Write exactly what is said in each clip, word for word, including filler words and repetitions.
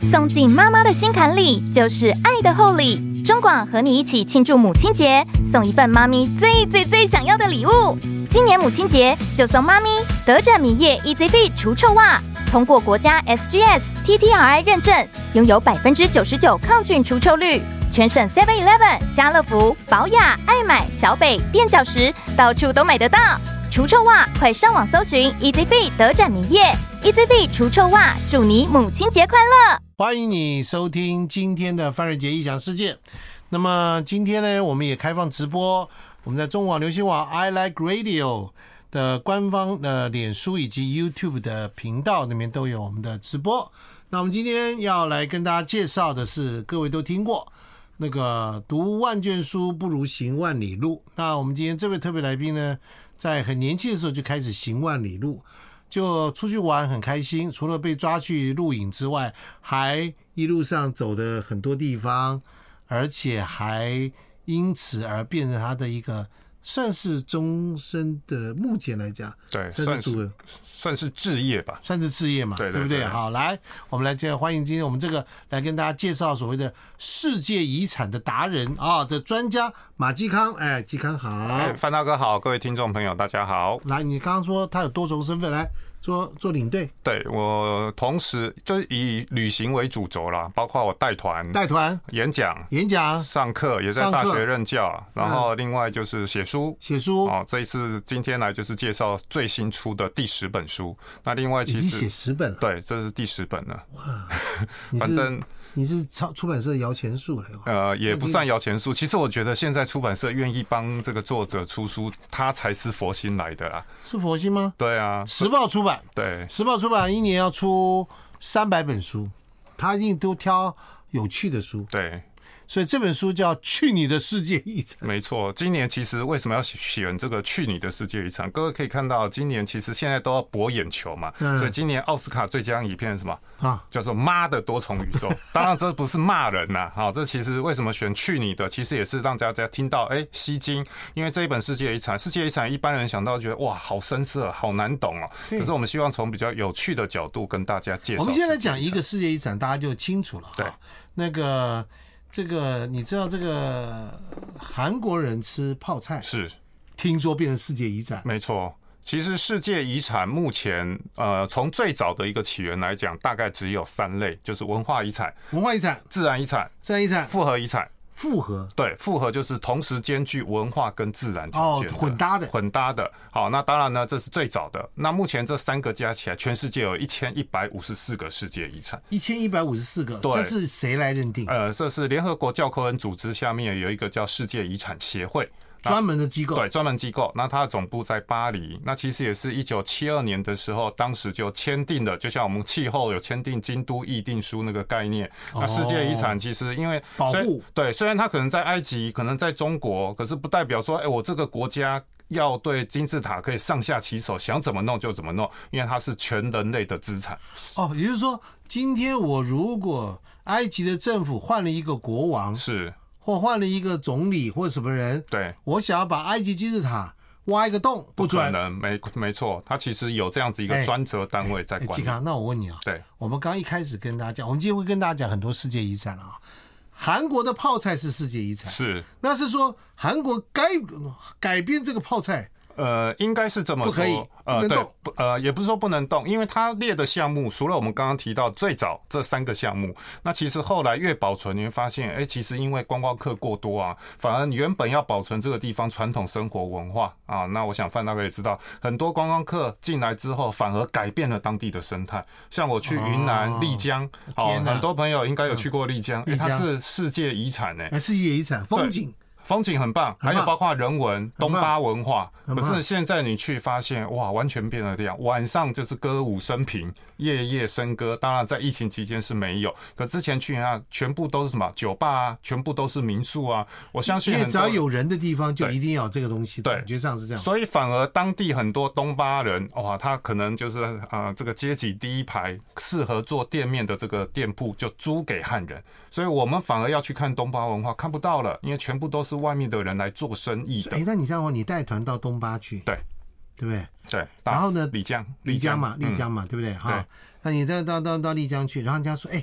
送进妈妈的心坎里，就是爱的厚礼。中广和你一起庆祝母亲节，送一份妈咪最最最想要的礼物。今年母亲节就送妈咪德占米业 Easy Fit 除臭袜，通过国家 S G S、T T R I 认证，拥有百分之九十九抗菌除臭率。全省 seven eleven、家乐福、宝雅、爱买、小北、垫脚石，到处都买得到。除臭袜，快上网搜寻 Easy Fit 德占米业 Easy Fit 除臭袜，祝你母亲节快乐！ 欢迎你收听今天的范瑞杰异想世界。那么今天呢，我们也开放直播，我们在中网流行网 I Like Radio 的官方的脸书以及 YouTube 的频道那边都有我们的直播。那我们今天要来跟大家介绍的是，各位都听过那个读万卷书不如行万里路。那我们今天这位特别来宾呢，在很年轻的时候就开始行万里路，就出去玩很开心，除了被抓去录影之外，还一路上走的很多地方，而且还因此而变成他的一个算是终身的，目前来讲， 对， 算是主算是置业吧， 算是置业嘛， 对对对， 对不对？好，来，我们来介欢迎今天我们这个来跟大家介绍所谓的世界遗产的达人啊的专家马基康。哎，基康好， 哎，范大哥好，各位听众朋友大家好。 来，你刚刚说他有多重身份，来做做领队。 对，我同时就是以旅行为主轴啦，包括我带团、 带团、 演讲、 演讲、 上课，也在大学任教，然后另外就是写书、 写书。 哦，这一次今天来就是介绍最新出的第十本书。那另外其实已经写十本了， 对，这是第十本了。 哇， 反正。 你是出版社摇钱树了？ 呃，也不算摇钱树。其实我觉得现在出版社愿意帮这个作者出书，他才是佛心来的啦。 是佛心吗？ 对啊， 时报出版， 对， 时报出版一年要出三百本书，他一定都挑有趣的书。 对。 所以这本书叫《去你的世界遗产》。 没错，今年其实为什么要选这个《去你的世界遗产》？各位可以看到，今年其实现在都要博眼球嘛，嗯、所以今年奥斯卡最佳影片是什么？啊，叫做《妈的多重宇宙》。当然，这不是骂人呐、啊，好，这其实为什么选《去你的》？其实也是让大家听到，哎、欸，吸睛。因为这一本世界遗产，世界遗产一般人想到觉得哇，好深涩，好难懂哦。可是我们希望从比较有趣的角度跟大家介绍。 我们现在讲一个世界遗产，大家就清楚了。对，那个。这个你知道，这个韩国人吃泡菜是听说变成世界遗产， 没错。其实世界遗产目前呃，从最早的一个起源来讲，大概只有三类，就是文化遗产、 文化遗产、 自然遗产、 自然遗产、 复合遗产。 复合对，复合就是同时兼具文化跟自然条件的、 哦、混搭的， 混搭的。好，那当然呢，这是最早的。那目前这三个加起来，全世界有一千一百五十四个世界遗产。 一千一百五十四个，这是谁来认定？ 呃，这是联合国教科文组织下面有一个叫世界遗产协会。 专门的机构， 对，专门机构。那它的总部在巴黎。那其实也是一九七二年的时候，当时就签订了，就像我们气候有签订京都议定书那个概念。哦、那世界遗产其实因为保护， 对，虽然它可能在埃及，可能在中国，可是不代表说，哎、欸，我这个国家要对金字塔可以上下其手，想怎么弄就怎么弄，因为它是全人类的资产。 哦，也就是说，今天我如果埃及的政府换了一个国王， 是。 或换了一个总理或什么人， 对， 我想要把埃及金字塔挖一个洞，不准， 不可能，没没错，它其实有这样子一个专责单位在管理。 欸欸、那我问你啊， 对， 我们刚一开始跟大家讲，我们今天会跟大家讲很多世界遗产啊。韩国的泡菜是世界遗产， 是， 那是说韩国改改变这个泡菜。 呃，应该是这么说， 不可以， 呃， 不能动， 对，呃，也不是说不能动，因为它列的项目，除了我们刚刚提到最早这三个项目，那其实后来越保存，你会发现，哎、欸，其实因为观光客过多啊，反而你原本要保存这个地方传统生活文化啊，那我想范大哥也知道，很多观光客进来之后，反而改变了当地的生态。像我去云南丽江，哦，哦很多朋友应该有去过丽江，哎、欸，它是世界遗产呢、欸， 世界遗产，风景。 风景很棒，还有包括人文、东巴文化。可是现在你去发现，哇，完全变了样。晚上就是歌舞升平，夜夜笙歌。当然，在疫情期间是没有，可之前去啊，全部都是什么酒吧啊，全部都是民宿啊。我相信， 因为只要有人的地方，就一定要有这个东西。对，感觉上是这样。 所以反而当地很多东巴人，哇，他可能就是呃这个阶级第一排，适合做店面的这个店铺就租给汉人。所以我们反而要去看东巴文化，看不到了，因为全部都是外面的人来做生意的。 哎、欸，那你这样的话，你带团到东巴去， 对， 对不对？ 对。 然后呢， 丽江， 丽江嘛，丽江嘛， 嗯、 对不对？哈、 对。 那你再到到到丽江去，然后人家说，哎、欸，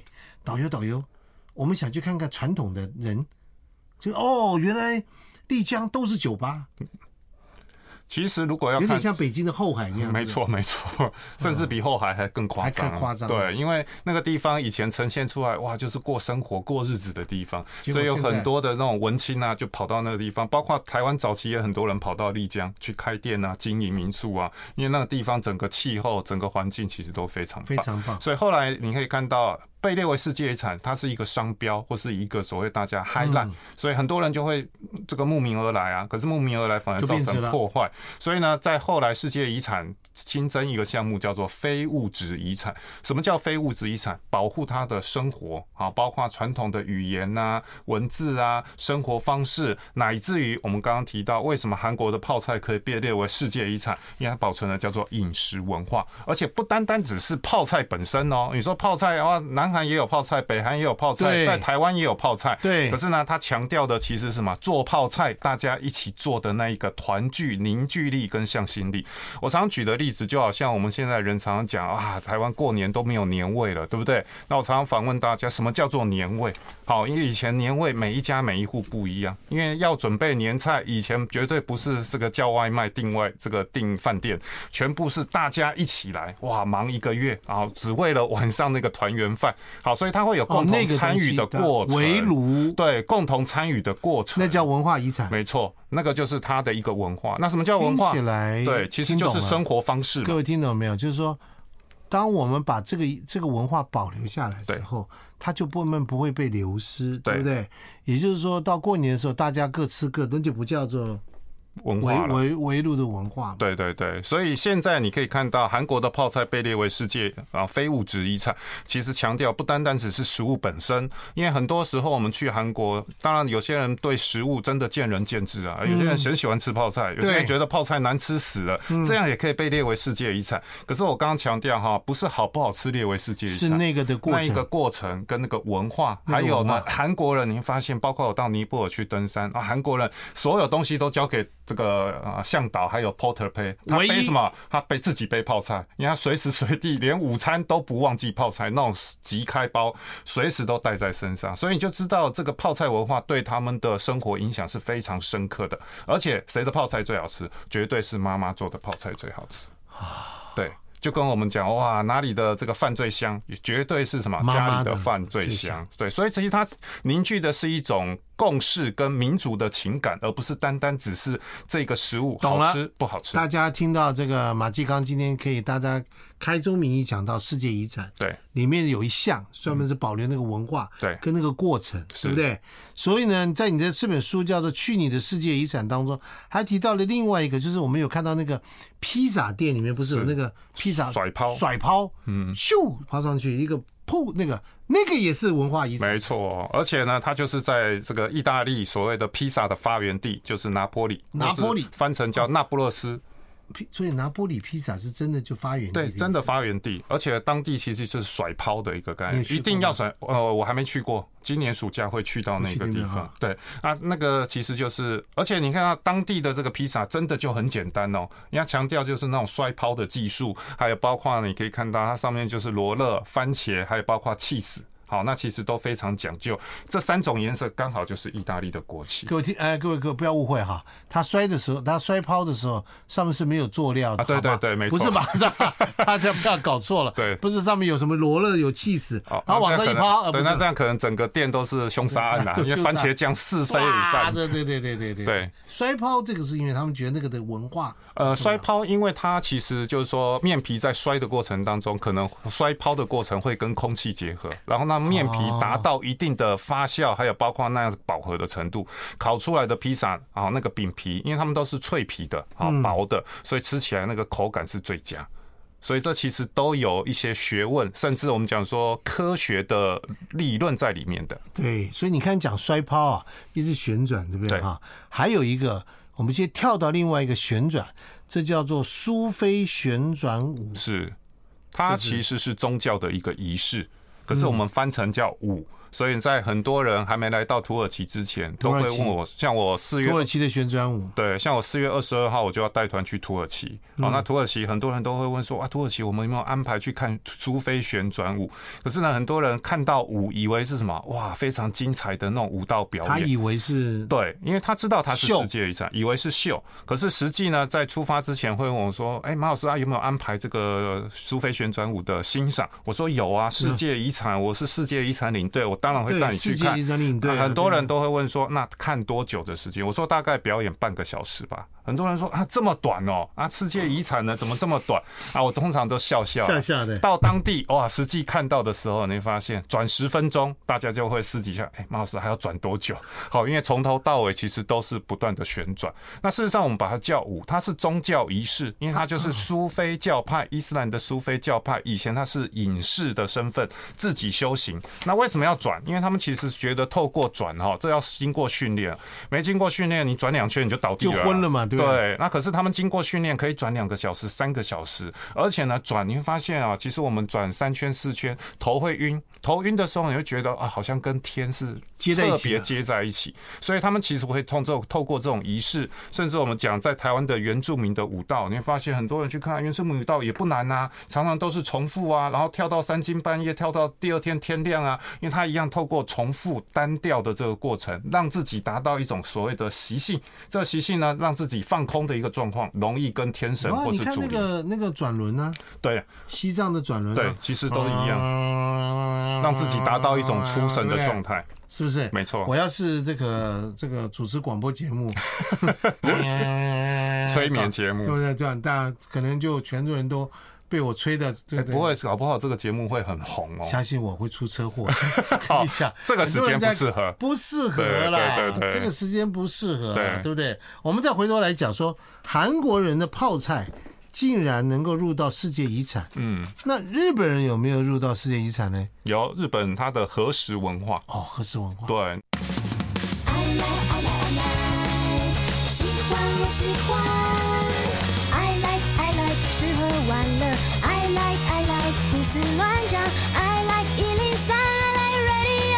导游导游，我们想去看看传统的人，就哦，原来丽江都是酒吧。 其实如果要看， 有点像北京的后海一样， 没错没错，甚至比后海还更夸张， 还更夸张。 对，因为那个地方以前呈现出来，哇，就是过生活、过日子的地方，所以有很多的那种文青啊，就跑到那个地方，包括台湾早期也很多人跑到丽江去开店啊、经营民宿啊，因为那个地方整个气候、整个环境其实都非常棒非常棒。 所以后来你可以看到，被列为世界遗产，它是一个商标或是一个所谓大家 highlight，、嗯、所以很多人就会这个慕名而来啊。可是慕名而来反而造成破坏，所以呢，在后来世界遗产新增一个项目叫做非物质遗产。什么叫非物质遗产？保护它的生活啊，包括传统的语言啊、文字啊、生活方式，乃至于我们刚刚提到为什么韩国的泡菜可以被列为世界遗产，因为它保存了叫做饮食文化，而且不单单只是泡菜本身哦。你说泡菜啊，南韩也有泡菜，北韩也有泡菜，在台湾也有泡菜。 对。 可是呢，他强调的其实是什么？做泡菜，大家一起做的那一个团聚、凝聚力跟向心力。我常举的例子，就好像我们现在人常常讲啊，台湾过年都没有年味了，对不对？那我常常反问大家，什么叫做年味？好，因为以前年味每一家每一户不一样，因为要准备年菜，以前绝对不是这个叫外卖、订外这个订饭店，全部是大家一起来，哇，忙一个月啊，只为了晚上那个团圆饭。好，所以它会有共同参与的过程， 围炉， 对，共同参与的过程， 那叫文化遗产。 没错，那个就是它的一个文化。那什么叫文化？ 听起来， 对，其实就是生活方式。 各位听懂没有？就是说，当我们把这个这个文化保留下来之后，它就不能不会被流失，对不对？也就是说，到过年的时候，大家各吃各的，那就不叫做文化了， 围围炉的文化。 对对对，所以现在你可以看到韩国的泡菜被列为世界啊非物质遗产，其实强调不单单只是食物本身，因为很多时候我们去韩国，当然有些人对食物真的见仁见智啊，有些人很喜欢吃泡菜，有些人觉得泡菜难吃死了，这样也可以被列为世界遗产。可是我刚刚强调哈，不是好不好吃列为世界遗产， 是那个的过程， 那一个过程跟那个文化，还有呢，韩国人你会发现，包括我到尼泊尔去登山啊，韩国人所有东西都交给这个啊向导还有 porter 背，他背什么？他背自己背泡菜，因为他随时随地连午餐都不忘记泡菜，那种即开包随时都带在身上，所以你就知道这个泡菜文化对他们的生活影响是非常深刻的。而且谁的泡菜最好吃？绝对是妈妈做的泡菜最好吃。对。就跟我们讲哇，哪里的这个饭最香，绝对是什么家里的饭最香。对，所以其实它凝聚的是一种共识跟民族的情感，而不是单单只是这个食物好吃不好吃。 大家听到这个马继刚今天可以大家开宗明义讲到世界遗产， 对， 里面有一项专门是保留那个文化，对，跟那个过程，对不对？所以呢，在你的这本书叫做《去你的世界遗产》当中，还提到了另外一个，就是我们有看到那个披萨店里面不是有那个披萨甩抛甩抛，嗯，咻抛上去一个。铺那个那个也是文化遗产， 没错，而且呢，它就是在这个意大利所谓的披萨的发源地，就是拿坡里， 拿坡里翻成叫那不勒斯。 所以拿坡里披萨是真的就发源地， 对，真的发源地，而且当地其实是甩抛的一个概念，一定要甩。呃，我还没去过，今年暑假会去到那个地方。对啊，那个其实就是，而且你看到当地的这个披萨真的就很简单哦，人家强调就是那种摔抛的技术，还有包括你可以看到它上面就是罗勒、番茄，还有包括起司。好，那其实都非常讲究。这三种颜色刚好就是意大利的国旗。 各位听，哎，各位各位不要误会哈，他摔的时候，他摔抛的时候，上面是没有佐料的。 啊，对对对，没错， 不是马上，大家不要搞错了。 对， 不是上面有什么罗勒、有气死，然后往上一抛。 对，那这样可能整个店都是凶杀案啊，因为番茄酱四飞一散。 对对对对对对。 对， 摔抛这个是因为他们觉得那个的文化。 呃，摔抛，因为它其实就是说面皮在摔的过程当中，可能摔抛的过程会跟空气结合，然后那面皮达到一定的发酵，还有包括那样饱和的程度，烤出来的披萨啊，那个饼皮，因为他们都是脆皮的啊，薄的，所以吃起来那个口感是最佳。所以这其实都有一些学问，甚至我们讲说科学的理论在里面的。 对，所以你看讲摔抛啊，一直旋转，对不对哈？还有一个，我们先跳到另外一个旋转，这叫做苏菲旋转舞。 是，它其实是宗教的一个仪式。可是我们翻成叫舞， 所以在很多人还没来到土耳其之前，都会问我，像我四月土耳其的旋转舞， 对，像我四月二十二号我就要带团去土耳其。好、嗯哦，那土耳其很多人都会问说，啊，土耳其我们有没有安排去看苏菲旋转舞？可是呢，很多人看到舞以为是什么？哇，非常精彩的那种舞蹈表演， 他以为是对，因为他知道他是世界遗产，以为是秀。可是实际呢，在出发之前会问我说，哎、欸，马老师啊，有没有安排这个苏菲旋转舞的欣赏？我说有啊，世界遗产，我是世界遗产领队，我当然会带你去看。世界遗产领队、啊，很多人都会问说，那看多久的时间？我说大概表演半个小时吧。很多人说啊，这么短哦，啊，世界遗产呢怎么这么短啊？我通常都笑笑， 笑笑的。到当地哇，实际看到的时候，你会发现转十分钟，大家就会私底下，哎、欸，马老师还要转多久？好，因为从头到尾其实都是不断的旋转。那事实上我们把它叫舞，它是宗教仪式，因为它就是苏菲教派，伊斯兰的苏菲教派，以前它是隐士的身份，自己修行。那为什么要转？因为他们其实觉得透过转哈，这要经过训练，没经过训练，你转两圈你就倒地了， 就昏了嘛。对, 对，那可是他们经过训练可以转两个小时、三个小时，而且呢，转你会发现啊，其实我们转三圈、四圈，头会晕，头晕的时候你会觉得啊，好像跟天是特别接在一起，所以他们其实会通透透过这种仪式，甚至我们讲在台湾的原住民的舞蹈，你会发现很多人去看原住民舞蹈也不难啊，常常都是重复啊，然后跳到三更半夜，跳到第二天天亮啊，因为它一样透过重复单调的这个过程，让自己达到一种所谓的习性，这个习性呢，让自己放空的一个状况，容易跟天神或是主灵。你看那个那个转轮啊， 对， 西藏的转轮、啊， 对，其实都一样，嗯、让自己达到一种出神的状态， 是不是？ 没错。 我要是这个这个主持广播节目， 催眠节目， 对不对？这样大家可能就全部人都被我吹的、这个欸，不会，搞不好这个节目会很红哦。 相信我会出车祸。你想， 这个时间不适合， 不适合啦，对对对，这个时间不适合，对，对不对？我们再回头来讲说，韩国人的泡菜竟然能够入到世界遗产，嗯，那日本人有没有入到世界遗产呢？ 有，日本它的和食文化， 哦，和食文化， 对。 爱来爱来爱来，喜欢我喜欢。I like I like 吃喝玩乐 I like I like 胡思乱想 I like 一零三 I like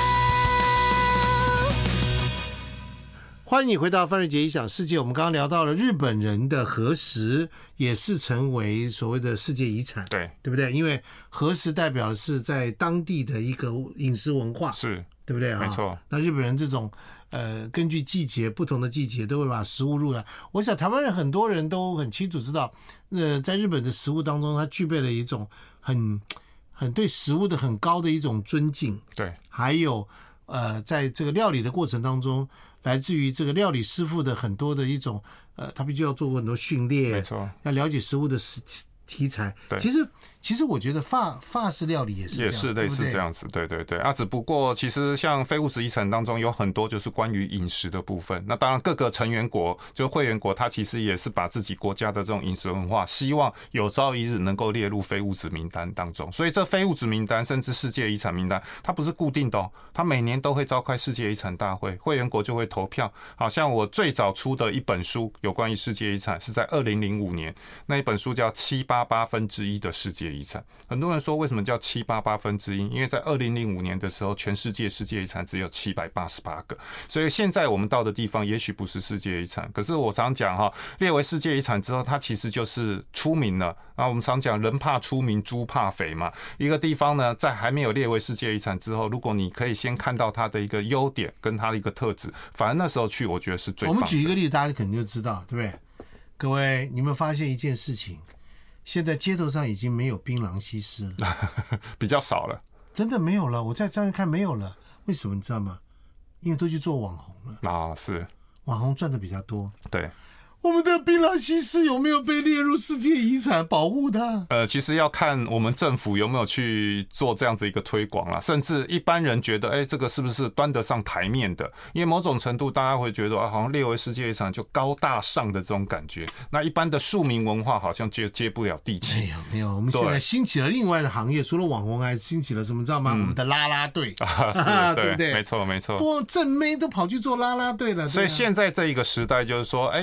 radio。 欢迎你回到范瑞杰影响世界。我们刚刚聊到了日本人的和食也是成为所谓的世界遗产， 对， 对不对？因为和食代表的是在当地的一个饮食文化， 是， 对不对啊？ 没错。 那日本人这种呃，根据季节不同的季节都会把食物入来。我想台湾人很多人都很清楚知道，呃，在日本的食物当中，它具备了一种很很对食物的很高的一种尊敬， 对， 还有呃，在这个料理的过程当中，来自于这个料理师傅的很多的一种呃，他必须要做过很多训练， 没错， 要了解食物的题材。其实其实我觉得法法式料理也是这样， 也是类似这样子，对对对啊。只不过其实像非物质遗产当中有很多就是关于饮食的部分。那当然各个成员国就会员国，它其实也是把自己国家的这种饮食文化，希望有朝一日能够列入非物质名单当中。所以这非物质名单甚至世界遗产名单，它不是固定的哦，它每年都会召开世界遗产大会，会员国就会投票。好像我最早出的一本书有关于世界遗产是在二零零五年，那一本书叫七八八分之一的世界遗产。很多人说为什么叫七八八分之一？因为在二零零五年的时候，全世界世界遗产只有七百八十八个，所以现在我们到的地方也许不是世界遗产，可是我常讲哈，列为世界遗产之后，它其实就是出名了。那我们常讲人怕出名，猪怕肥嘛。一个地方呢，在还没有列为世界遗产之后，如果你可以先看到它的一个优点跟它的一个特质，反而那时候去，我觉得是最棒的。 我们举一个例子，大家肯定就知道，对不对？各位，你们发现一件事情？现在街头上已经没有槟榔西施了， 比较少了， 真的没有了。我在这样看没有了，为什么你知道吗？因为都去做网红了啊，是网红赚的比较多， 对。 我们的槟榔西施有没有被列入世界遗产保护它？ 呃，其实要看我们政府有没有去做这样子一个推广啦，甚至一般人觉得，哎、欸，这个是不是端得上台面的？因为某种程度，大家会觉得啊，好像列为世界遗产就高大上的这种感觉。那一般的庶民文化好像接接不了地气。 没有没有，我们现在兴起了另外的行业，除了网红，还兴起了什么，知道吗？嗯、我们的啦啦队啊，是，对对不对？ 没错没错， 多正妹都跑去做啦啦队了。 所以现在这一个时代，就是说，哎、欸，以前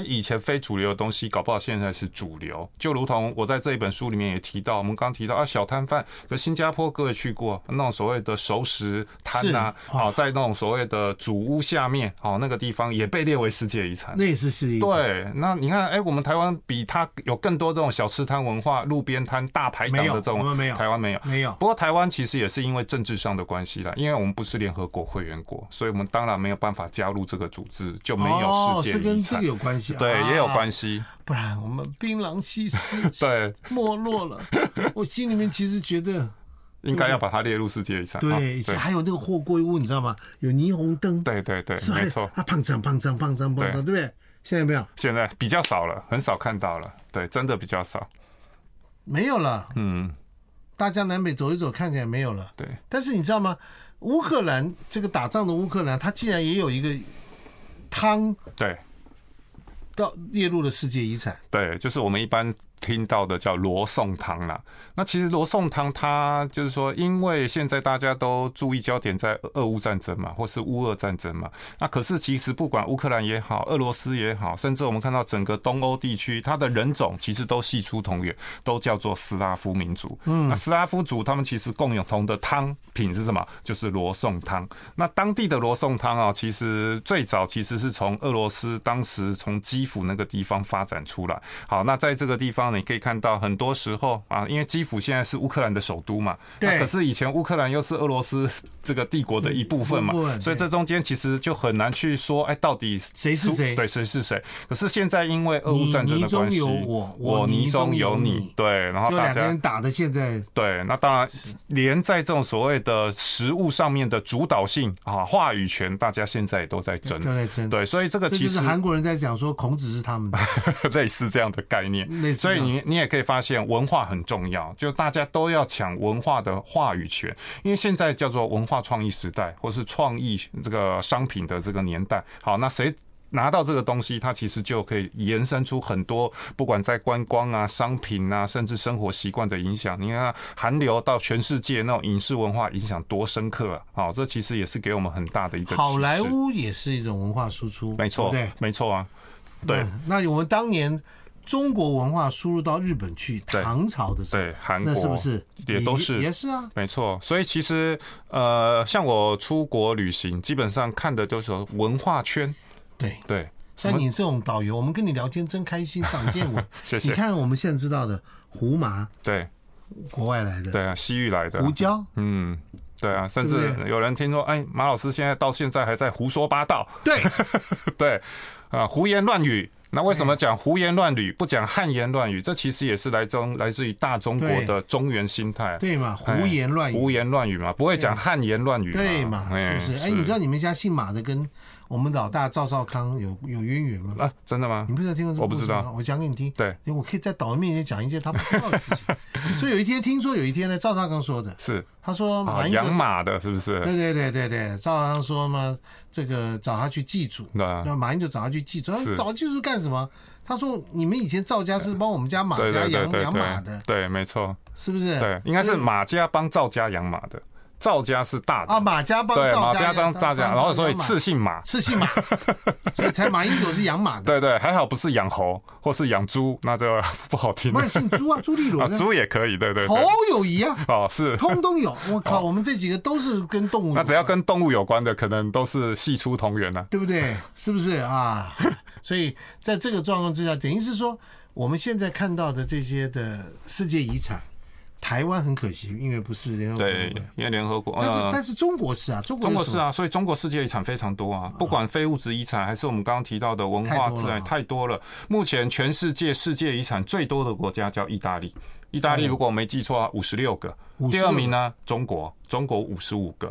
非主流的东西，搞不好现在是主流。就如同我在这一本书里面也提到，我们刚提到啊，小摊贩，可新加坡各位去过那种所谓的熟食摊啊，好，在那种所谓的祖屋下面，好，那个地方也被列为世界遗产， 那也是世界遗产。 对，那你看，哎、欸，我们台湾比它有更多这种小吃摊文化、路边摊、大排档的这种， 我们没有， 台湾没有， 没有。 不过台湾其实也是因为政治上的关系啦，因为我们不是联合国会员国，所以我们当然没有办法加入这个组织，就没有世界遗产。哦， 是跟这个有关系， 对，啊、也有关系。 不然我们槟榔西施对没落了。我心里面其实觉得。 应该要把它列入世界遗产。 对，以前还有那个货柜屋，你知道吗？有霓虹灯。 对对对，没错。 啊，胖张胖张胖张胖张，对不对？现在没有， 现在比较少了，很少看到了。对，真的比较少， 没有了。 嗯， 大江南北走一走，看起来没有了。 对， 但是你知道吗？乌克兰这个打仗的乌克兰，它竟然也有一个汤， 对， 到列入了世界遗产。 对，就是我们一般听到的叫罗宋汤啦。那其实罗宋汤它就是说，因为现在大家都注意焦点在俄乌战争嘛，或是乌俄战争嘛。那可是其实不管乌克兰也好，俄罗斯也好，甚至我们看到整个东欧地区，它的人种其实都系出同源，都叫做斯拉夫民族。嗯，那斯拉夫族他们其实共有同的汤品是什么？就是罗宋汤。那当地的罗宋汤啊，其实最早其实是从俄罗斯当时从基辅那个地方发展出来。好，那在这个地方呢，你可以看到很多时候啊，因为基辅现在是乌克兰的首都嘛，对，可是以前乌克兰又是俄罗斯这个帝国的一部分嘛，所以这中间其实就很难去说，哎，到底谁是谁？ 对，谁是谁？可是现在因为俄乌战争的关系， 你中有我， 我泥中有你，对，然后大家就两个人打的现在， 对，那当然连在这种所谓的食物上面的主导性啊、话语权，大家现在也都在争， 都在争， 对，所以这个其实这就是韩国人在讲说孔子是他们的， 类似这样的概念，所以你你也可以发现文化很重要，就大家都要抢文化的话语权，因为现在叫做文化创意时代，或是创意这个商品的这个年代。好，那谁拿到这个东西，它其实就可以延伸出很多，不管在观光啊、商品啊，甚至生活习惯的影响。你看，韩流到全世界那种影视文化影响多深刻啊！好，这其实也是给我们很大的一个启示。 好莱坞也是一种文化输出， 没错，对，没错啊。对、嗯， 那我们当年中国文化输入到日本去，唐朝的时候， 对，韩国那是不是也都是也是啊？ 没错，所以其实呃，像我出国旅行，基本上看的都是文化圈。 对对， 像你这种导游，我们跟你聊天真开心，长见闻。 谢谢。 你看我们现在知道的胡麻， 对， 国外来的， 对啊，西域来的胡椒， 嗯。对啊，甚至有人听说，哎，马老师现在到现在还在胡说八道。 对， 对，啊，胡言乱语。那为什么讲胡言乱语，不讲汉言乱语？这其实也是来中来自于大中国的中原心态。 对嘛，胡言乱语， 胡言乱语嘛，不会讲汉言乱语。 对嘛，是不是？哎，你知道你们家姓马的跟我们老大赵少康有有渊源吗？ 啊，真的吗？ 你不知道听过这个故事吗？ 我不知道， 我讲给你听。 对， 我可以在导游面前讲一些他不知道的事情。所以有一天听说有一天呢，赵少康说的是， 他说马英九养马的，是不是？ 对对对对对，赵少康说嘛，这个找他去祭祖，那马英九找他去祭祖，他找祭祖干什么？他说：“你们以前赵家是帮我们家马家养养马的， 对，没错， 是不是？ 对，应该是马家帮赵家养马的。”赵家是大的啊，马家帮赵家，马家当大家，然后所以次姓马， 次姓马，所以才马英九是养马的。 对对，还好不是养猴或是养猪，那就不好听了。 那姓朱啊，朱立伦啊，猪也可以，对对。 猴有一样哦，是， 通通有。我靠，我们这几个都是跟动物有关， 那只要跟动物有关的，可能都是系出同源啊， 对不对？是不是啊？所以在这个状况之下，等于是说，我们现在看到的这些的世界遗产。台湾很可惜，因为不是联合国， 对，因为联合国， 但是、呃、但是中国是啊，中国中国是啊，所以中国世界遗产非常多啊，不管非物质遗产还是我们刚刚提到的文化自然，太多了。目前全世界世界遗产最多的国家叫意大利，意大利如果我没记错啊，五十六个。第二名呢，中国，中国五十五个。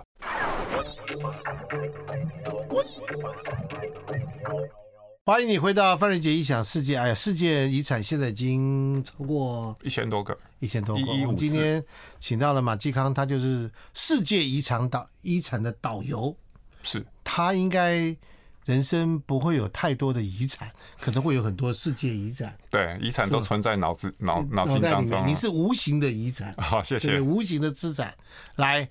欢迎你回到范瑞杰异想世界。哎呀，世界遗产现在已经超过一千多个， 一千多个。我们今天请到了马继康，他就是世界遗产导遗产的导游。 是， 他应该人生不会有太多的遗产，可能会有很多世界遗产。 对，遗产都存在脑子脑脑筋当中。 你是无形的遗产。 好，谢谢。 无形的资产。来，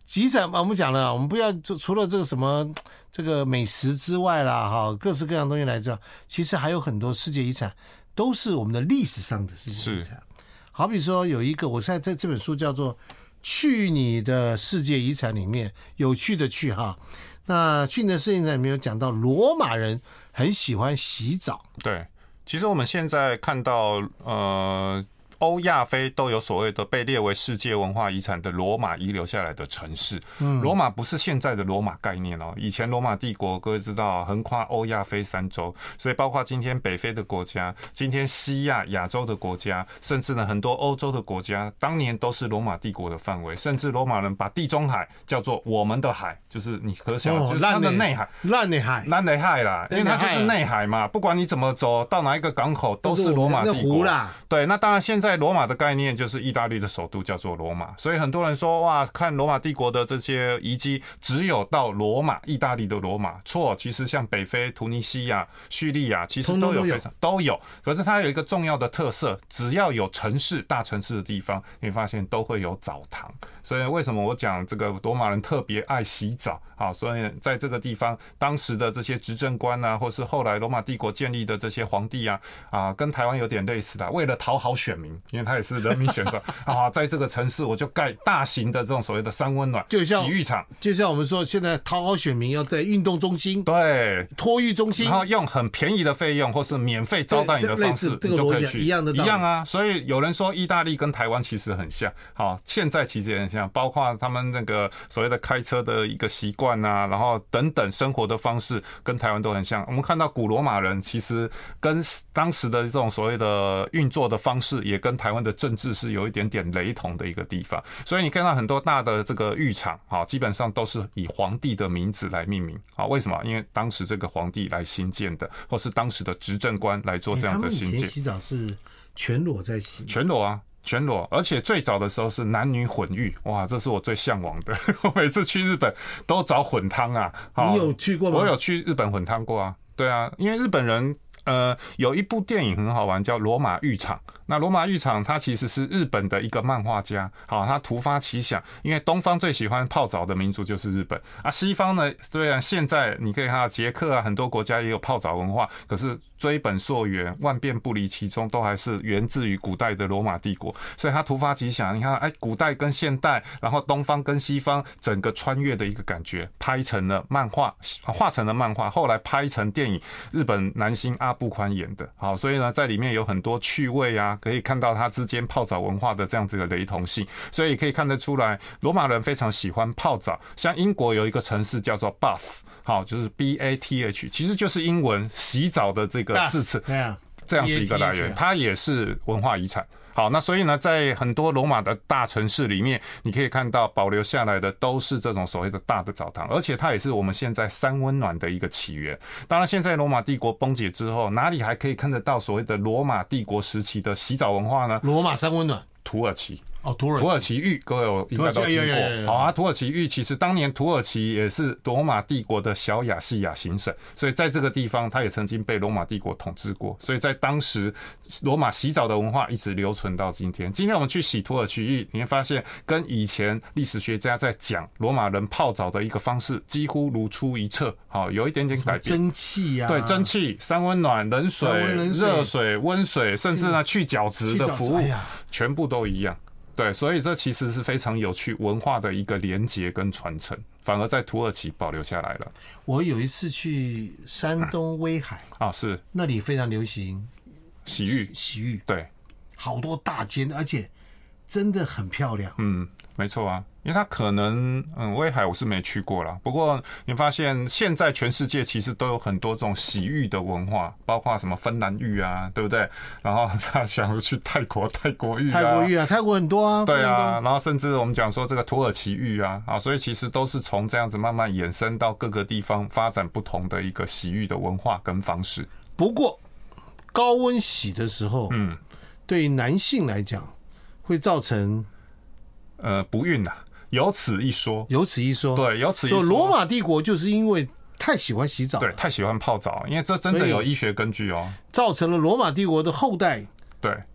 遗产我们讲了，我们不要除了这个什么这个美食之外啦，哈，各式各样东西来讲，其实还有很多世界遗产都是我们的历史上的世界遗产。好比说有一个，我现在在这本书叫做《去你的世界遗产》里面，有趣的去哈。那去年的世界遗产里面有讲到罗马人很喜欢洗澡。 对，其实我们现在看到呃。欧亚非都有所谓的被列为世界文化遗产的罗马遗留下来的城市。罗马不是现在的罗马概念哦，以前罗马帝国各位知道横跨欧亚非三洲，所以包括今天北非的国家，今天西亚亚洲的国家，甚至呢很多欧洲的国家，当年都是罗马帝国的范围。甚至罗马人把地中海叫做我们的海，就是你可想，就是它的内海， 烂内海， 烂内海啦，因为它就是内海嘛，不管你怎么走到哪一个港口都是罗马帝国啦。对，那当然现在罗马的概念就是意大利的首都叫做罗马，所以很多人说哇，看罗马帝国的这些遗迹只有到罗马，意大利的罗马，错，其实像北非、突尼西亚、叙利亚其实都有非常都有，可是它有一个重要的特色，只要有城市大城市的地方，你发现都会有澡堂。所以为什么我讲这个罗马人特别爱洗澡啊？所以在这个地方，当时的这些执政官啊，或是后来罗马帝国建立的这些皇帝啊，啊，跟台湾有点类似的，为了讨好选民，因为他也是人民选择啊，在这个城市我就盖大型的这种所谓的三温暖洗浴场， 就像我们说现在讨好选民要在运动中心、 对托育中心， 然后用很便宜的费用或是免费招待你的方式，你就可以去一样的一样啊。所以有人说意大利跟台湾其实很像，好，现在其实也很像，包括他们那个所谓的开车的一个习惯啊，然后等等生活的方式跟台湾都很像。我们看到古罗马人其实跟当时的这种所谓的运作的方式，也跟台湾的政治是有一点点雷同的一个地方。所以你看到很多大的这个浴场，好，基本上都是以皇帝的名字来命名。好，为什么？因为当时这个皇帝来新建的，或是当时的执政官来做这样的新建。 他们以前洗澡是全裸在洗， 全裸啊。全裸，而且最早的时候是男女混浴，哇，这是我最向往的。我每次去日本都找混汤啊。 你有去过吗？ 我有去日本混汤过啊。对啊，因为日本人呃有一部电影很好玩，叫《罗马浴场》。那罗马浴场它其实是日本的一个漫画家，好，他突发奇想，因为东方最喜欢泡澡的民族就是日本啊，西方呢，虽然现在你可以看到捷克啊，很多国家也有泡澡文化，可是追本溯源，万变不离其宗，都还是源自于古代的罗马帝国。所以他突发奇想，你看，哎，古代跟现代，然后东方跟西方整个穿越的一个感觉，拍成了漫画，画成了漫画，后来拍成电影，日本男星阿部宽演的，好，所以呢，在里面有很多趣味啊。可以看到它之间泡澡文化的这样子的雷同性，所以可以看得出来，罗马人非常喜欢泡澡。像英国有一个城市叫做 Bath， 好，就是 B A T H， 其实就是英文洗澡的这个字词，这样子一个来源，它也是文化遗产。好，那所以呢，在很多罗马的大城市里面，你可以看到保留下来的都是这种所谓的大的澡堂，而且它也是我们现在三温暖的一个起源。当然，现在罗马帝国崩解之后，哪里还可以看得到所谓的罗马帝国时期的洗澡文化呢？ 罗马三温暖， 土耳其。 哦，土耳土耳其浴，各位有应该都听过。好啊，土耳其浴其实当年土耳其也是罗马帝国的小亚细亚行省，所以在这个地方，它也曾经被罗马帝国统治过。所以在当时，罗马洗澡的文化一直留存到今天。今天我们去洗土耳其浴，你会发现跟以前历史学家在讲罗马人泡澡的一个方式几乎如出一辙。好，有一点点改变。 蒸汽呀， 对，蒸汽、三温暖、冷水、热水、温水，甚至呢去角质的服务，全部都一样。对，所以这其实是非常有趣文化的一个连结跟传承，反而在土耳其保留下来了。 我有一次去山东威海啊，是那里非常流行洗浴， 洗浴， 对， 好多大间，而且真的很漂亮。 嗯，没错啊。因为它可能，嗯，威海我是没去过啦。不过你发现现在全世界其实都有很多这种洗浴的文化，包括什么芬兰浴啊，对不对？然后他想去泰国，泰国浴啊， 泰国浴啊，泰国很多啊， 对啊。然后甚至我们讲说这个土耳其浴啊，啊，所以其实都是从这样子慢慢衍生到各个地方发展不同的一个洗浴的文化跟方式。 不过高温洗的时候，嗯，对于男性来讲会造成呃不孕啊。有此一说， 有此一说， 对，有此一说。 所以罗马帝国就是因为太喜欢洗澡， 对，太喜欢泡澡，因为这真的有医学根据哦， 造成了罗马帝国的后代， 对，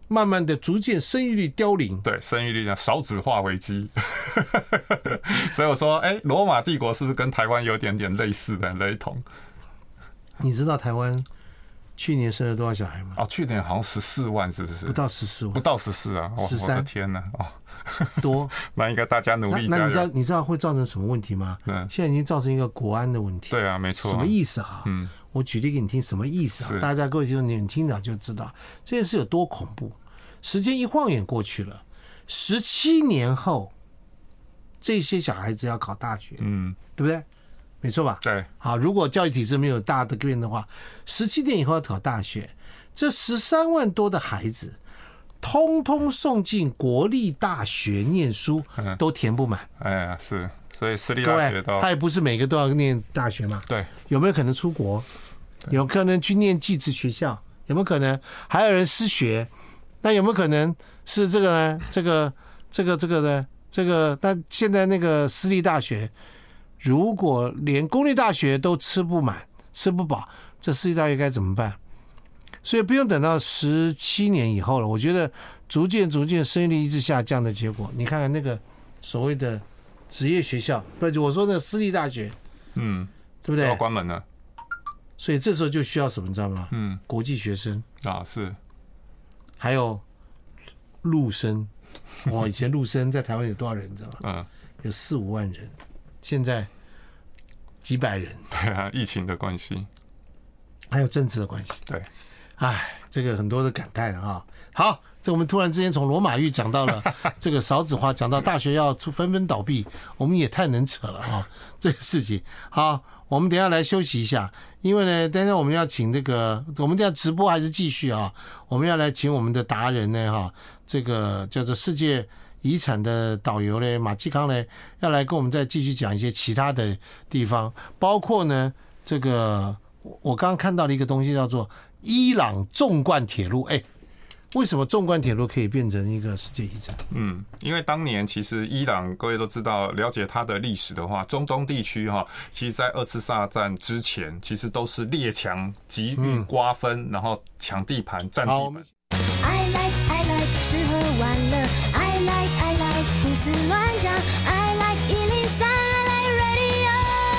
慢慢的逐渐生育率凋零。 对，生育率呢少子化危机。所以我说，哎、欸，罗马帝国是不是跟台湾有点点类似的雷同？ 你知道台湾去年生了多少小孩吗？ 哦，去年好像十四万，是不是？ 不到十四万， 不到十四啊！ 十三， 我的天哪！哦， 多。 那应该大家努力加油。 那你知道你知道会造成什么问题吗？嗯，现在已经造成一个国安的问题。 对啊，没错。 什么意思啊？嗯，我举例给你听，什么意思啊？大家各位听众，你们听了就知道这件事有多恐怖。时间一晃眼过去了，十七年后，这些小孩子要考大学，嗯，对不对？没错吧？ 对。 好，如果教育体制没有大的改变的话，十七年以后要考大学，这十三万多的孩子，通通送进国立大学念书，都填不满。 哎呀，是，所以私立大学都， 他也不是每个都要念大学嘛。 对。 有没有可能出国？有可能去念技职学校？有没有可能还有人失学？那有没有可能是这个呢？这个、这个、这个呢？这个，但现在那个私立大学。如果连公立大学都吃不满、吃不饱，这私立大学该怎么办？所以不用等到十七年以后了。我觉得逐渐、逐渐生育率一直下降的结果，你看看那个所谓的职业学校，不，我说那个私立大学，嗯，对不对？ 要关门了。 所以这时候就需要什么，你知道吗？嗯，国际学生啊，是， 还有陆生。哇，以前陆生在台湾有多少人，你知道吗？嗯，有四五万人。现在几百人， 对啊，疫情的关系， 还有政治的关系， 对， 哎，这个很多的感叹啊。好，这我们突然之间从罗马玉讲到了这个少子化，讲到大学要纷纷倒闭，我们也太能扯了啊，这个事情。好，我们等一下来休息一下，因为呢，等一下我们要请这个，我们等一下直播还是继续啊？我们要来请我们的达人呢，哈，这个叫做世界遗产的导游呢，马继康呢，要来跟我们再继续讲一些其他的地方，包括呢，这个我刚刚看到的一个东西叫做伊朗纵贯铁路，哎，为什么纵贯铁路可以变成一个世界遗产？ 嗯，因为当年其实伊朗各位都知道，了解它的历史的话，中东地区哈，其实在二次大战之前，其实都是列强急于瓜分，嗯、然后抢地盘、占地盘。 I like I like 吃喝玩乐 I like I like 胡思乱想 I like 一零三 I like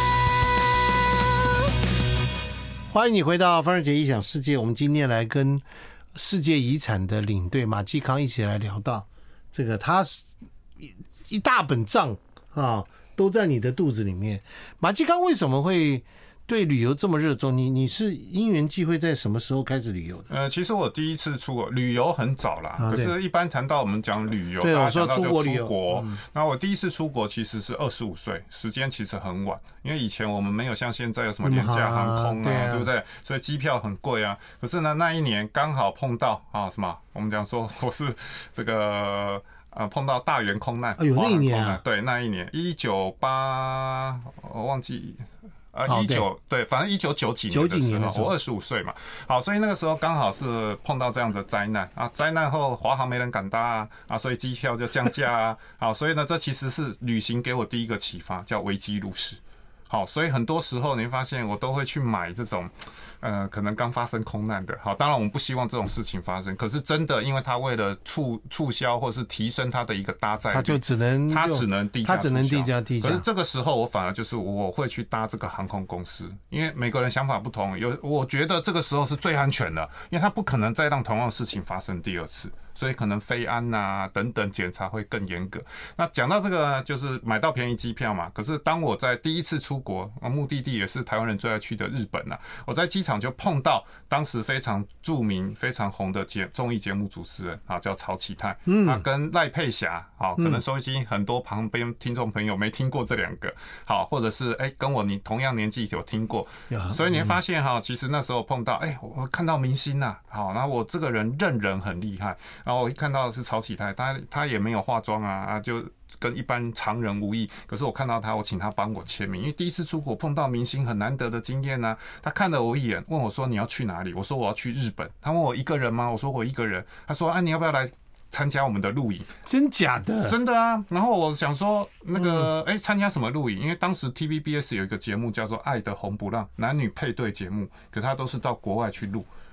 radio。 欢迎你回到范瑞杰异想世界，我们今天来跟世界遗产的领队马继康一起来聊到这个，他一大本账啊都在你的肚子里面。马继康为什么会对旅游这么热衷？你你是因缘际会在什么时候开始旅游的？ 呃，其实我第一次出国旅游很早啦，啊、可是一般谈到我们讲旅游， 对， 大家想到就出国旅游。 嗯、那我第一次出国其实是二十五岁，时间其实很晚，因为以前我们没有像现在有什么廉价航空啊，对, 啊对不对？所以机票很贵啊。可是呢，那一年刚好碰到啊什么？我们讲说我是这个。呃，碰到大元空难， 哎呦，那一年啊， 对，那一年一九八，我忘记，呃，一九对，反正一九九几年的时候，我二十五岁嘛，好，所以那个时候刚好是碰到这样的灾难啊，灾难后华航没人敢搭啊，啊，所以机票就降价啊，好，所以呢，这其实是旅行给我第一个启发，叫危机入市。好，所以很多时候你会发现，我都会去买这种，呃，可能刚发生空难的。好，当然我们不希望这种事情发生，可是真的，因为它为了促促销或是提升它的一个搭载率， 它就只能它只能低价，它只能低价低价。 可是这个时候，我反而就是我会去搭这个航空公司，因为每个人想法不同，有我觉得这个时候是最安全的，因为它不可能再让同样的事情发生第二次。所以可能飞安啊等等检查会更严格。那讲到这个呢，就是买到便宜机票嘛。可是当我在第一次出国，目的地也是台湾人最爱去的日本啊，我在机场就碰到当时非常著名、非常红的节综艺节目主持人啊，叫曹启泰，嗯，啊跟赖佩霞，好，可能收音机很多旁边听众朋友没听过这两个，好，或者是哎、欸、跟我你同样年纪有听过，所以你会发现哈，其实那时候碰到哎、欸，我看到明星啊，好，然后我这个人认人很厉害。然后我一看到的是曹启泰，他他也没有化妆啊，啊就跟一般常人无异。可是我看到他，我请他帮我签名，因为第一次出国碰到明星很难得的经验啊。他看了我一眼，问我说：“你要去哪里？”我说：“我要去日本。”他问我一个人吗？我说：“我一个人。”他说：“啊，你要不要来参加我们的录影？” 真假的？ 真的啊。然后我想说，那个哎，参、欸、加什么录影？因为当时 T V B S 有一个节目叫做《爱的红不让》，男女配对节目，可他都是到国外去录。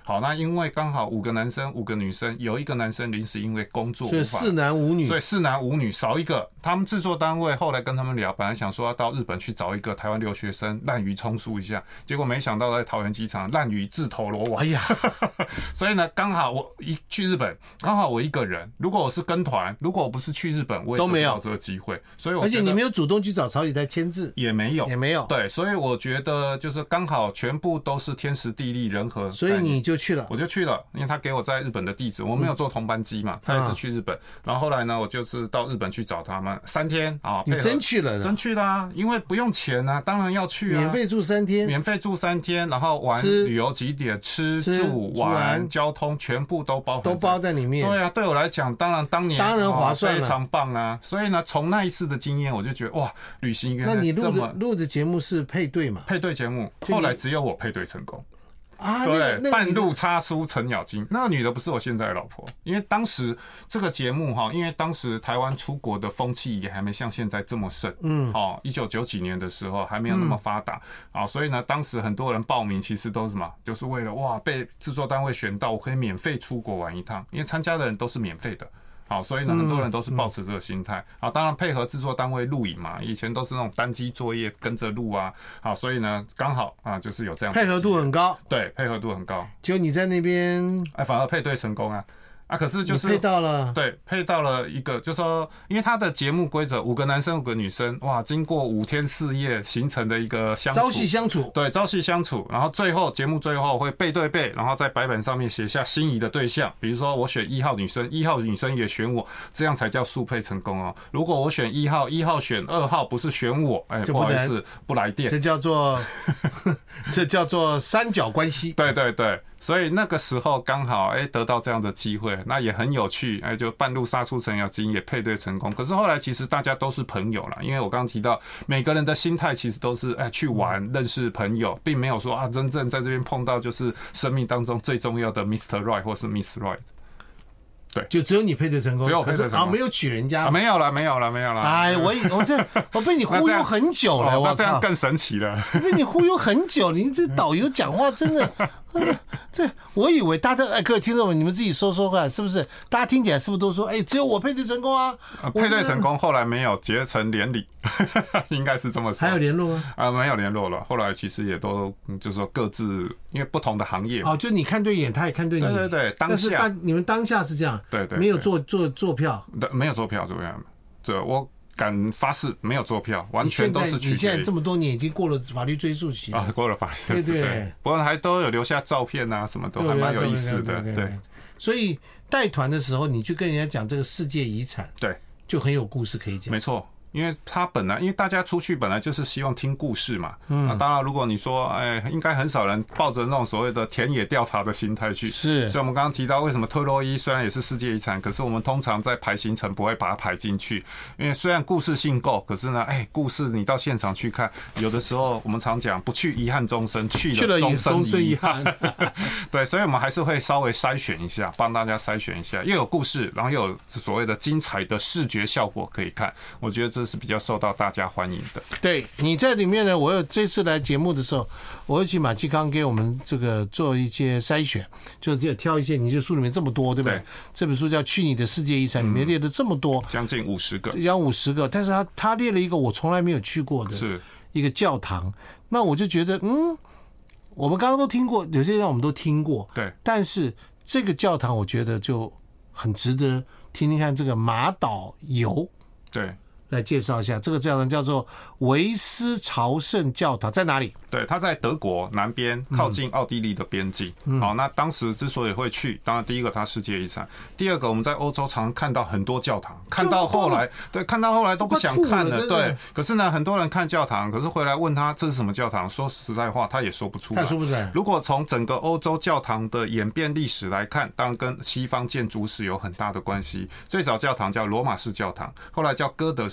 好，那因为刚好五个男生五个女生，有一个男生临时因为工作无法， 所以四男五女， 所以四男五女少一个。他们制作单位后来跟他们聊，本来想说要到日本去找一个台湾留学生滥竽充数一下，结果没想到在桃园机场滥竽自投罗网。哎呀，所以呢，刚好我一去日本，刚好我一个人。如果我是跟团，如果我不是去日本，我也都没有这个机会。所以我而且你没有主动去找曹启泰签字， 也没有， 也没有。 对，所以我觉得就是刚好全部都是天时地利人和。 所以你就去了， 我就去了，因为他给我在日本的地址，我没有坐同班机嘛，他也是去日本。然后后来呢，我就是到日本去找他们三天啊。 你真去了？ 真去了啊！因为不用钱啊，当然要去啊。 免费住三天， 免费住三天，然后玩旅游景点，吃住玩交通全部都包含都包在里面。 对啊，对我来讲，当然当年当然划算了， 非常棒啊。所以呢，从那一次的经验，我就觉得哇，旅行原来这么。 那你录的录的节目是配对嘛？ 配对节目，后来只有我配对成功。 啊， 对， 那个、 半路插出程咬金，那个女的不是我现在的老婆，因为当时这个节目哈，因为当时台湾出国的风气也还没像现在这么盛，嗯，哦，一九九几年的时候还没有那么发达啊、嗯，所以呢，当时很多人报名其实都是什么，就是为了哇被制作单位选到，我可以免费出国玩一趟，因为参加的人都是免费的。好，所以呢，很多人都是抱持这个心态。好，当然配合制作单位录影嘛，以前都是那种单机作业跟着录啊。好，所以呢，刚好啊，就是有这样配合度很高， 对，配合度很高。 就你在那边， 哎，反而配对成功啊。啊，可是就是配到了， 对，配到了一个，就说，因为他的节目规则，五个男生五个女生，哇，经过五天四夜形成的一个相处， 朝夕相处， 对，朝夕相处，然后最后节目最后会背对背，然后在白板上面写下心仪的对象，比如说我选一号女生，一号女生也选我，这样才叫速配成功哦。如果我选一号，一号选二号，不是选我，哎，不好意思，不来电， 这叫做这叫做三角关系， 对对对。所以那个时候刚好哎得到这样的机会，那也很有趣，哎就半路杀出程咬金也配对成功。可是后来其实大家都是朋友啦，因为我刚刚提到每个人的心态其实都是哎去玩认识朋友，并没有说啊真正在这边碰到就是生命当中最重要的 Mister Right 或是 Miss Right。对， 就只有你配对成功， 只有我配对成功， 啊，没有娶人家、 啊，没有了，没有了，没有了。 哎，我我这我被你忽悠很久了， 那这样更神奇了。 我被你忽悠很久，你这导游讲话真的，这这我以为大家哎，各位听众们，你们自己说说看，是不是？大家听起来是不是都说，哎，只有我配对成功啊？ 配对成功，后来没有结成连理，应该是这么说。 还有联络吗？ 啊，没有联络了。后来其实也都就是说各自因为不同的行业。 哦，就你看对眼，他也看对你。 对对对，当下。 但是当你们当下是这样。 对 对, 对， 没有做做做票， 没有做票，做票，这我敢发誓没有做票，完全都是去。 你现在这么多年已经过了法律追溯期了啊，过了法律追溯期， 对对。 不过还都有留下照片啊，什么都还蛮有意思的，对。 所以带团的时候，你去跟人家讲这个世界遗产， 对， 就很有故事可以讲。 没错。因为他本来，因为大家出去本来就是希望听故事嘛，嗯，啊、当然如果你说，哎，应该很少人抱着那种所谓的田野调查的心态去， 是， 所以我们刚刚提到为什么特洛伊虽然也是世界遗产，可是我们通常在排行程不会把它排进去，因为虽然故事性够，可是呢，哎，故事你到现场去看，有的时候我们常讲不去遗憾终生，去了终身遗憾，对，所以我们还是会稍微筛选一下，帮大家筛选一下，又有故事，然后又有所谓的精彩的视觉效果可以看，我觉得这是比较受到大家欢迎的。 对，你在里面呢，我有这次来节目的时候，我会请马继康给我们这个做一些筛选，就只有挑一些，你就书里面这么多，对不对？对，这本书叫《去你的世界遗产》，里面列了这么多， 将、嗯、近五十个， 将五十个，但是他他列了一个我从来没有去过的，是一个教堂。那我就觉得，嗯，我们刚刚都听过，有些人我们都听过， 对， 但是这个教堂我觉得就很值得听听看。这个马岛游， 对。 来介绍一下，这个教堂叫做维斯朝圣教堂，在哪里？ 对，它在德国南边，靠近奥地利的边境。嗯、好，那当时之所以会去，当然第一个它世界遗产，第二个我们在欧洲常看到很多教堂，看到后来，对，看到后来都不想看了，对。可是呢，很多人看教堂，可是回来问他这是什么教堂，说实在话，他也说不出来。 他说不出来。 如果从整个欧洲教堂的演变历史来看，当然跟西方建筑史有很大的关系。最早教堂叫罗马式教堂，后来叫哥德式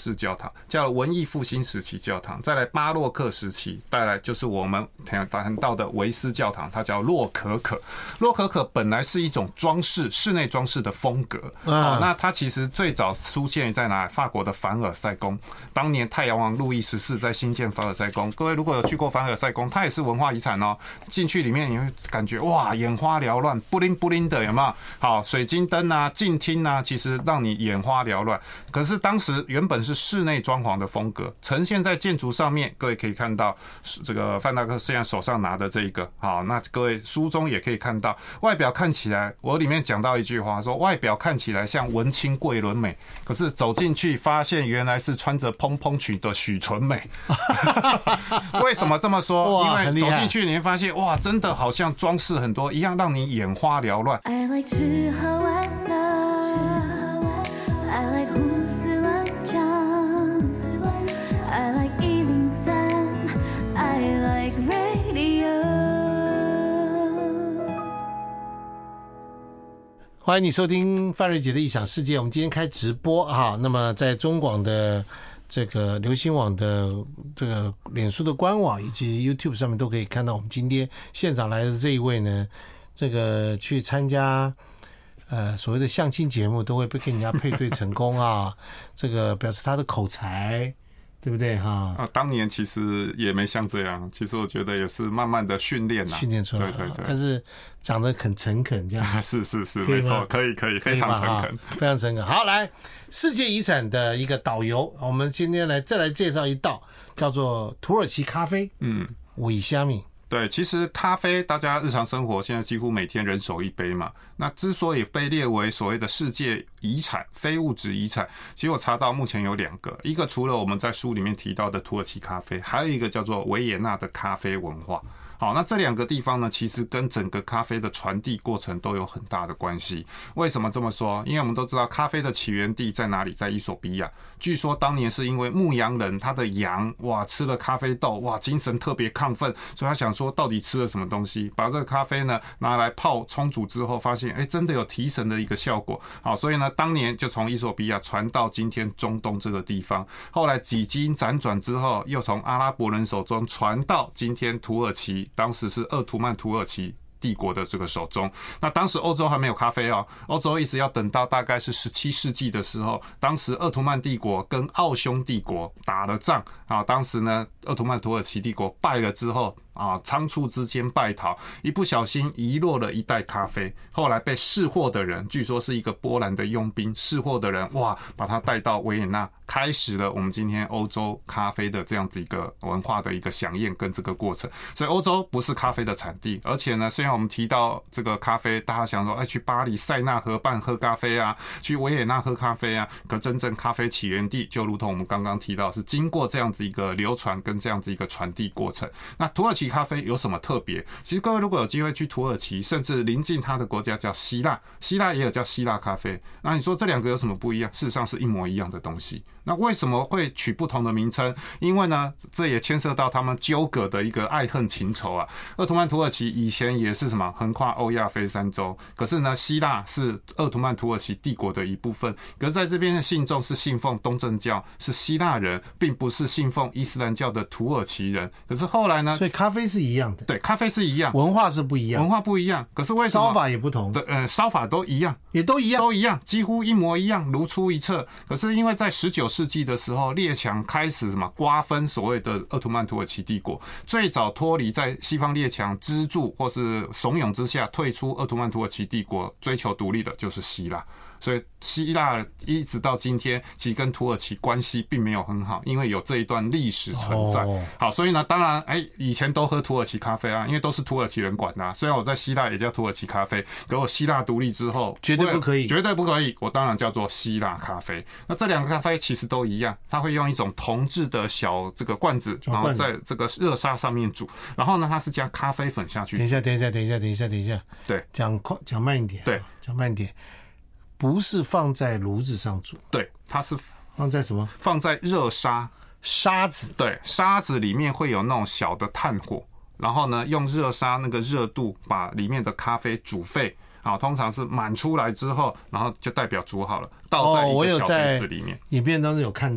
式教堂，叫文艺复兴时期教堂，再来巴洛克时期，再来就是我们谈到的维斯教堂，它叫洛可可。洛可可本来是一种装饰，室内装饰的风格。哦，那它其实最早出现在哪？法国的凡尔赛宫。当年太阳王路易十四在新建凡尔赛宫，各位如果有去过凡尔赛宫，它也是文化遗产哦。进去里面你会感觉哇，眼花缭乱，布灵布灵的，有没有？好，水晶灯啊，镜厅啊，其实让你眼花缭乱。可是当时原本是室内装潢的风格，呈现在建筑上面，各位可以看到这个范大哥现在手上拿的这一个，好，那各位书中也可以看到，外表看起来，我里面讲到一句话说，外表看起来像文青桂纶镁，可是走进去发现原来是穿着蓬蓬裙的许纯美。为什么这么说？因为走进去你会发现，哇，真的好像装饰很多一样，让你眼花缭乱。 I like 吃喝玩乐 I like 胡思乱想 I like 一零三 I like radio。 欢迎你收听范瑞杰的异想世界。我们今天开直播啊，那么在中广的这个流行网的这个脸书的官网以及 YouTube 上面都可以看到，我们今天现场来的这一位呢，这个去参加呃所谓的相亲节目都会被跟人家配对成功啊，这个表示他的口才，对不对哈？ 啊，当年其实也没像这样，其实我觉得也是慢慢的训练呐， 训练出来，对对对。但是长得很诚恳，这样是是是，没错，可以可以，非常诚恳， 非常诚恳。好，来世界遗产的一个导游，我们今天来再来介绍一道叫做土耳其咖啡。嗯，尾虾米。 对，其实咖啡大家日常生活现在几乎每天人手一杯嘛。那之所以被列为所谓的世界遗产、非物质遗产，其实我查到目前有两个，一个除了我们在书里面提到的土耳其咖啡，还有一个叫做维也纳的咖啡文化。好，那这两个地方呢，其实跟整个咖啡的传递过程都有很大的关系。为什么这么说？因为我们都知道咖啡的起源地在哪里，在伊索比亚。据说当年是因为牧羊人他的羊哇吃了咖啡豆，哇精神特别亢奋，所以他想说到底吃了什么东西，把这个咖啡呢拿来泡冲煮之后，发现哎、欸、真的有提神的一个效果。好，所以呢当年就从伊索比亚传到今天中东这个地方，后来几经辗转之后，又从阿拉伯人手中传到今天土耳其。当时是鄂图曼土耳其帝国的这个手中，那当时欧洲还没有咖啡哦，欧洲一直要等到大概是十七世纪的时候，当时鄂图曼帝国跟奥匈帝国打了仗啊，当时呢鄂图曼土耳其帝国败了之后啊，仓促之间败逃，一不小心遗落了一袋咖啡，后来被识货的人，据说是一个波兰的佣兵，识货的人哇，把他带到维也纳，开始了我们今天欧洲咖啡的这样子一个文化的一个响应跟这个过程。所以欧洲不是咖啡的产地，而且呢，虽然我们提到这个咖啡，大家想说，哎，去巴黎塞纳河畔喝咖啡啊，去维也纳喝咖啡啊，可真正咖啡起源地就如同我们刚刚提到，是经过这样子一个流传跟这样子一个传递过程。那土耳其咖啡有什么特别？其实各位如果有机会去土耳其，甚至临近它的国家叫希腊，希腊也有叫希腊咖啡。那你说这两个有什么不一样？事实上是一模一样的东西。那为什么会取不同的名称？因为呢，这也牵涉到他们纠葛的一个爱恨情仇啊。鄂图曼土耳其以前也是什么横跨欧亚非三洲，可是呢，希腊是鄂图曼土耳其帝国的一部分。可是在这边的信众是信奉东正教，是希腊人，并不是信奉伊斯兰教的土耳其人。可是后来呢， 所以咖啡是一样的， 对，咖啡是一样， 文化是不一样， 文化不一样。可是为什么烧法也不同？ 对，呃，烧法都一样， 也都一样， 都一样，几乎一模一样，如出一辙。可是因为在十九世纪的时候，列强开始什么瓜分所谓的鄂图曼土耳其帝国，最早脱离在西方列强资助或是怂恿之下退出鄂图曼土耳其帝国，追求独立的就是希腊。所以希腊一直到今天其实跟土耳其关系并没有很好，因为有这一段历史存在。好，所以呢当然哎、欸，以前都喝土耳其咖啡啊，因为都是土耳其人管的、啊、虽然我在希腊也叫土耳其咖啡，可我希腊独立之后绝对不可以， 绝对不可以，我当然叫做希腊咖啡。那这两个咖啡其实都一样，它会用一种铜制的小这个罐子，然后在这个热沙上面煮，然后呢它是加咖啡粉下去。 等一下等一下等一下等一下等一下， 对， 讲快讲慢一点， 对， 讲慢一点。不是放在炉子上煮， 对，它是放在什么？ 放在热沙沙子， 对，沙子里面会有那种小的炭火，然后呢，用热沙那个热度把里面的咖啡煮沸，好，通常是满出来之后，然后就代表煮好了，倒在一个小杯子里面。 影片当中有看到，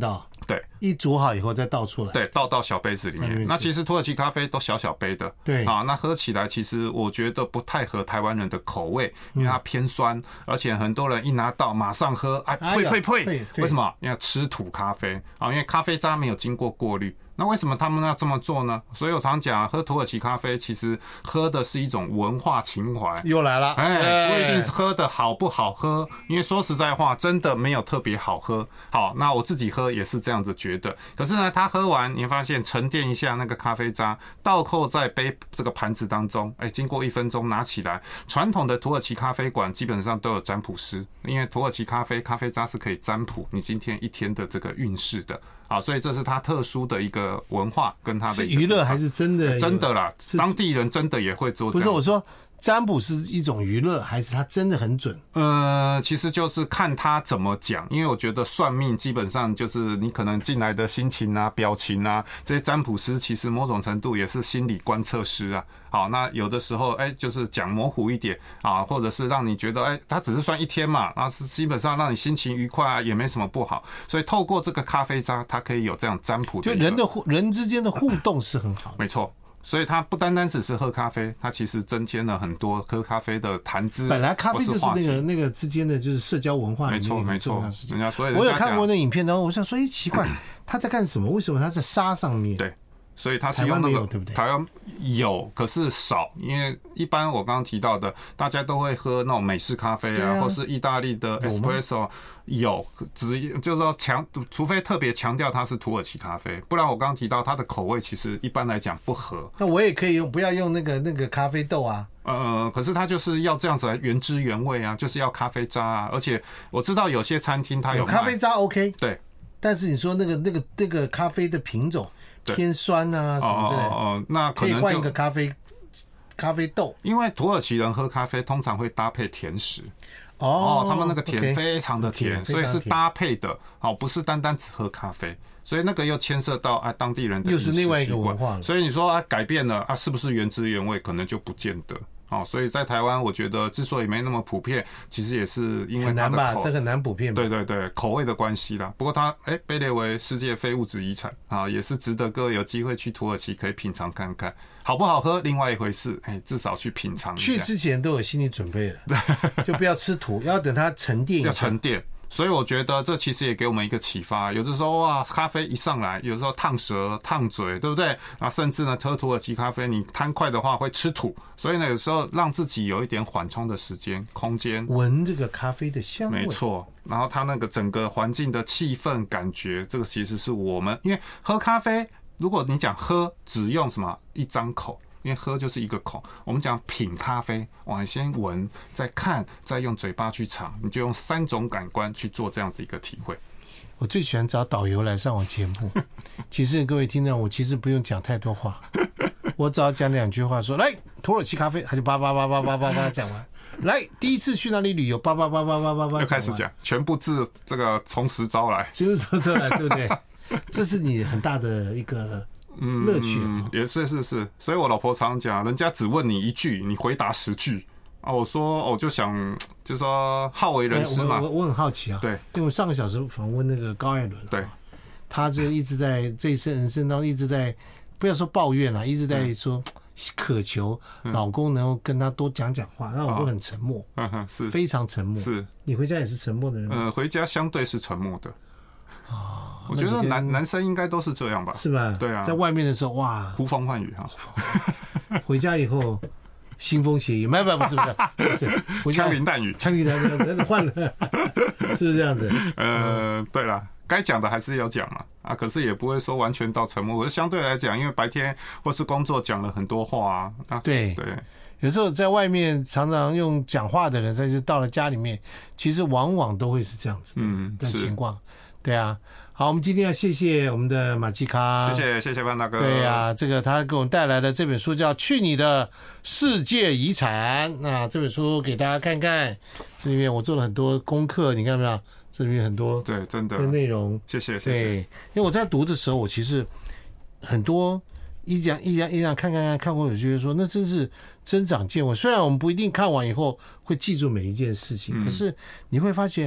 对， 一煮好以后再倒出来， 对，倒到小杯子里面。那其实土耳其咖啡都小小杯的， 对啊，那喝起来其实我觉得不太合台湾人的口味，因为它偏酸，而且很多人一拿到马上喝，哎，呸呸呸，为什么？因为吃土咖啡啊，因为咖啡渣没有经过过滤。那为什么他们要这么做呢？所以我常讲，喝土耳其咖啡其实喝的是一种文化情怀。 又来了， 哎，不一定是喝的好不好喝，因为说实在话，真的没有特别好喝。好，那我自己喝也是这样子觉得。可是呢，他喝完，你会发现沉淀一下那个咖啡渣，倒扣在杯这个盘子当中，哎，经过一分钟拿起来，传统的土耳其咖啡馆基本上都有占卜师，因为土耳其咖啡咖啡渣是可以占卜你今天一天的这个运势的。好，所以这是他特殊的一个文化，跟他的是娱乐还是真的？ 真的啦，当地人真的也会做。 不是我说，占卜是一种娱乐，还是他真的很准？ 呃，其实就是看他怎么讲，因为我觉得算命基本上就是你可能进来的心情啊、表情啊，这些占卜师其实某种程度也是心理观测师啊。好，那有的时候哎、欸，就是讲模糊一点啊，或者是让你觉得哎，他、欸、只是算一天嘛，那是基本上让你心情愉快啊，也没什么不好。所以透过这个咖啡渣，它可以有这样占卜的， 就人的互人之间的互动是很好的， 没错。所以它不单单只是喝咖啡，它其实增添了很多喝咖啡的谈资。 本来咖啡就是那个那个之间的就是社交文化里面， 没错没错。人家所以我有看过那影片，然后我想说，哎，奇怪，他在干什么？为什么他在沙上面？ 对。所以它是用那个对不对？ 台湾有，可是少，因为一般我刚刚提到的，大家都会喝那种美式咖啡啊，啊或是意大利的 espresso， 有，只就是说强，除非特别强调它是土耳其咖啡，不然我刚刚提到它的口味其实一般来讲不合。 那我也可以用，不要用那个那个咖啡豆啊。 呃，可是它就是要这样子来原汁原味啊，就是要咖啡渣啊，而且我知道有些餐厅它有咖啡渣 OK， 对， 但是你说那个那个那个咖啡的品种。偏酸啊，什么之类的。 哦哦，那可能可以换一个咖啡咖啡豆， 因为土耳其人喝咖啡通常会搭配甜食。 哦， 他们那个甜非常的甜，所以是搭配的，好，不是单单只喝咖啡。所以那个又牵涉到啊当地人的又是另外一个文化。 所以你说啊改变了啊，是不是原汁原味？可能就不见得。哦，所以在台湾，我觉得之所以没那么普遍，其实也是因为它的口很难吧，这个难普遍吧。 对对对，口味的关系啦。不过它哎被列为世界非物质遗产啊，也是值得各位有机会去土耳其可以品尝看看，好不好喝另外一回事，哎，至少去品尝一下。 去之前都有心理准备了，就不要吃土，要等它沉淀一下。 要沉淀。所以我觉得这其实也给我们一个启发，有的时候哇，咖啡一上来，有的时候烫舌、烫嘴，对不对？啊，甚至呢，喝土耳其咖啡，你贪快的话会吃土，所以呢，有时候让自己有一点缓冲的时间、空间， 闻这个咖啡的香味， 没错。然后它那个整个环境的气氛感觉，这个其实是我们因为喝咖啡，如果你讲喝，只用什么一张口。因为喝就是一个口，我们讲品咖啡，哇，先闻，再看，再用嘴巴去尝，你就用三种感官去做这样子一个体会。 我最喜欢找导游来上我节目，其实各位听众，我其实不用讲太多话，我只要讲两句话说，说来土耳其咖啡，他就叭叭叭叭叭叭叭讲完。来，第一次去哪里旅游，叭叭叭叭叭叭叭， 又开始讲，全部自这个从实招来， 从实招来，对不对？这是你很大的一个。乐趣、 嗯、也是是是，所以我老婆常讲，人家只问你一句，你回答十句啊。我说，我就想，就说好为人师嘛。 我 我, 我很好奇啊， 对， 因为我上个小时访问那个高艾伦， 对， 他就一直在这一生人生当中一直在，不要说抱怨啦，一直在说渴求老公能够跟他多讲讲话，让老公很沉默， 嗯哼，是非常沉默。 是， 你回家也是沉默的人吗？ 呃，回家相对是沉默的。 啊， 我觉得男男生应该都是这样吧？ 是吧？ 对啊， 在外面的时候哇， 呼风唤雨哈。 回家以后腥风血雨，没有没有不是不是不是，回家枪林弹雨， 枪林弹雨，换了，是不是这样子？ 呃，对了，该讲的还是要讲嘛啊，可是也不会说完全到沉默。可是相对来讲，因为白天或是工作讲了很多话啊，啊对对。 有时候在外面常常用讲话的人，再就到了家里面，其实往往都会是这样子的情况。对啊，好，我们今天要谢谢我们的马季康， 谢谢谢谢潘大哥。 对啊，这个他给我们带来的这本书叫《去你的世界遗产》，那这本书给大家看看，这里面我做了很多功课，你看到没有？这里面很多对真的内容， 谢谢谢谢。 对，因为我在读的时候，我其实很多一讲一讲一讲看看看看过，我觉得说那真是增长见闻。虽然我们不一定看完以后会记住每一件事情，嗯、可是你会发现。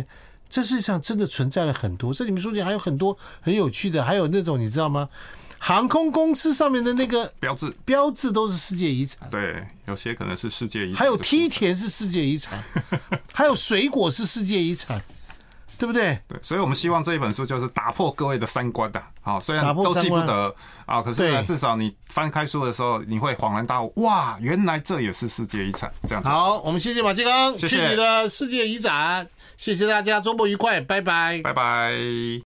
这世界上真的存在了很多，这里面书里还有很多很有趣的，还有那种你知道吗？航空公司上面的那个标志， 标志都是世界遗产。 对，有些可能是世界遗产。 还有梯田是世界遗产，还有水果是世界遗产，对不对？ 对，所以我们希望这一本书就是打破各位的三观的。好，虽然都记不得啊，可是呢，至少你翻开书的时候，你会恍然大悟，哇，原来这也是世界遗产。这样子。 好，我们谢谢马继刚， 谢谢去你的世界遗产，谢谢大家，周末愉快，拜拜， 拜拜。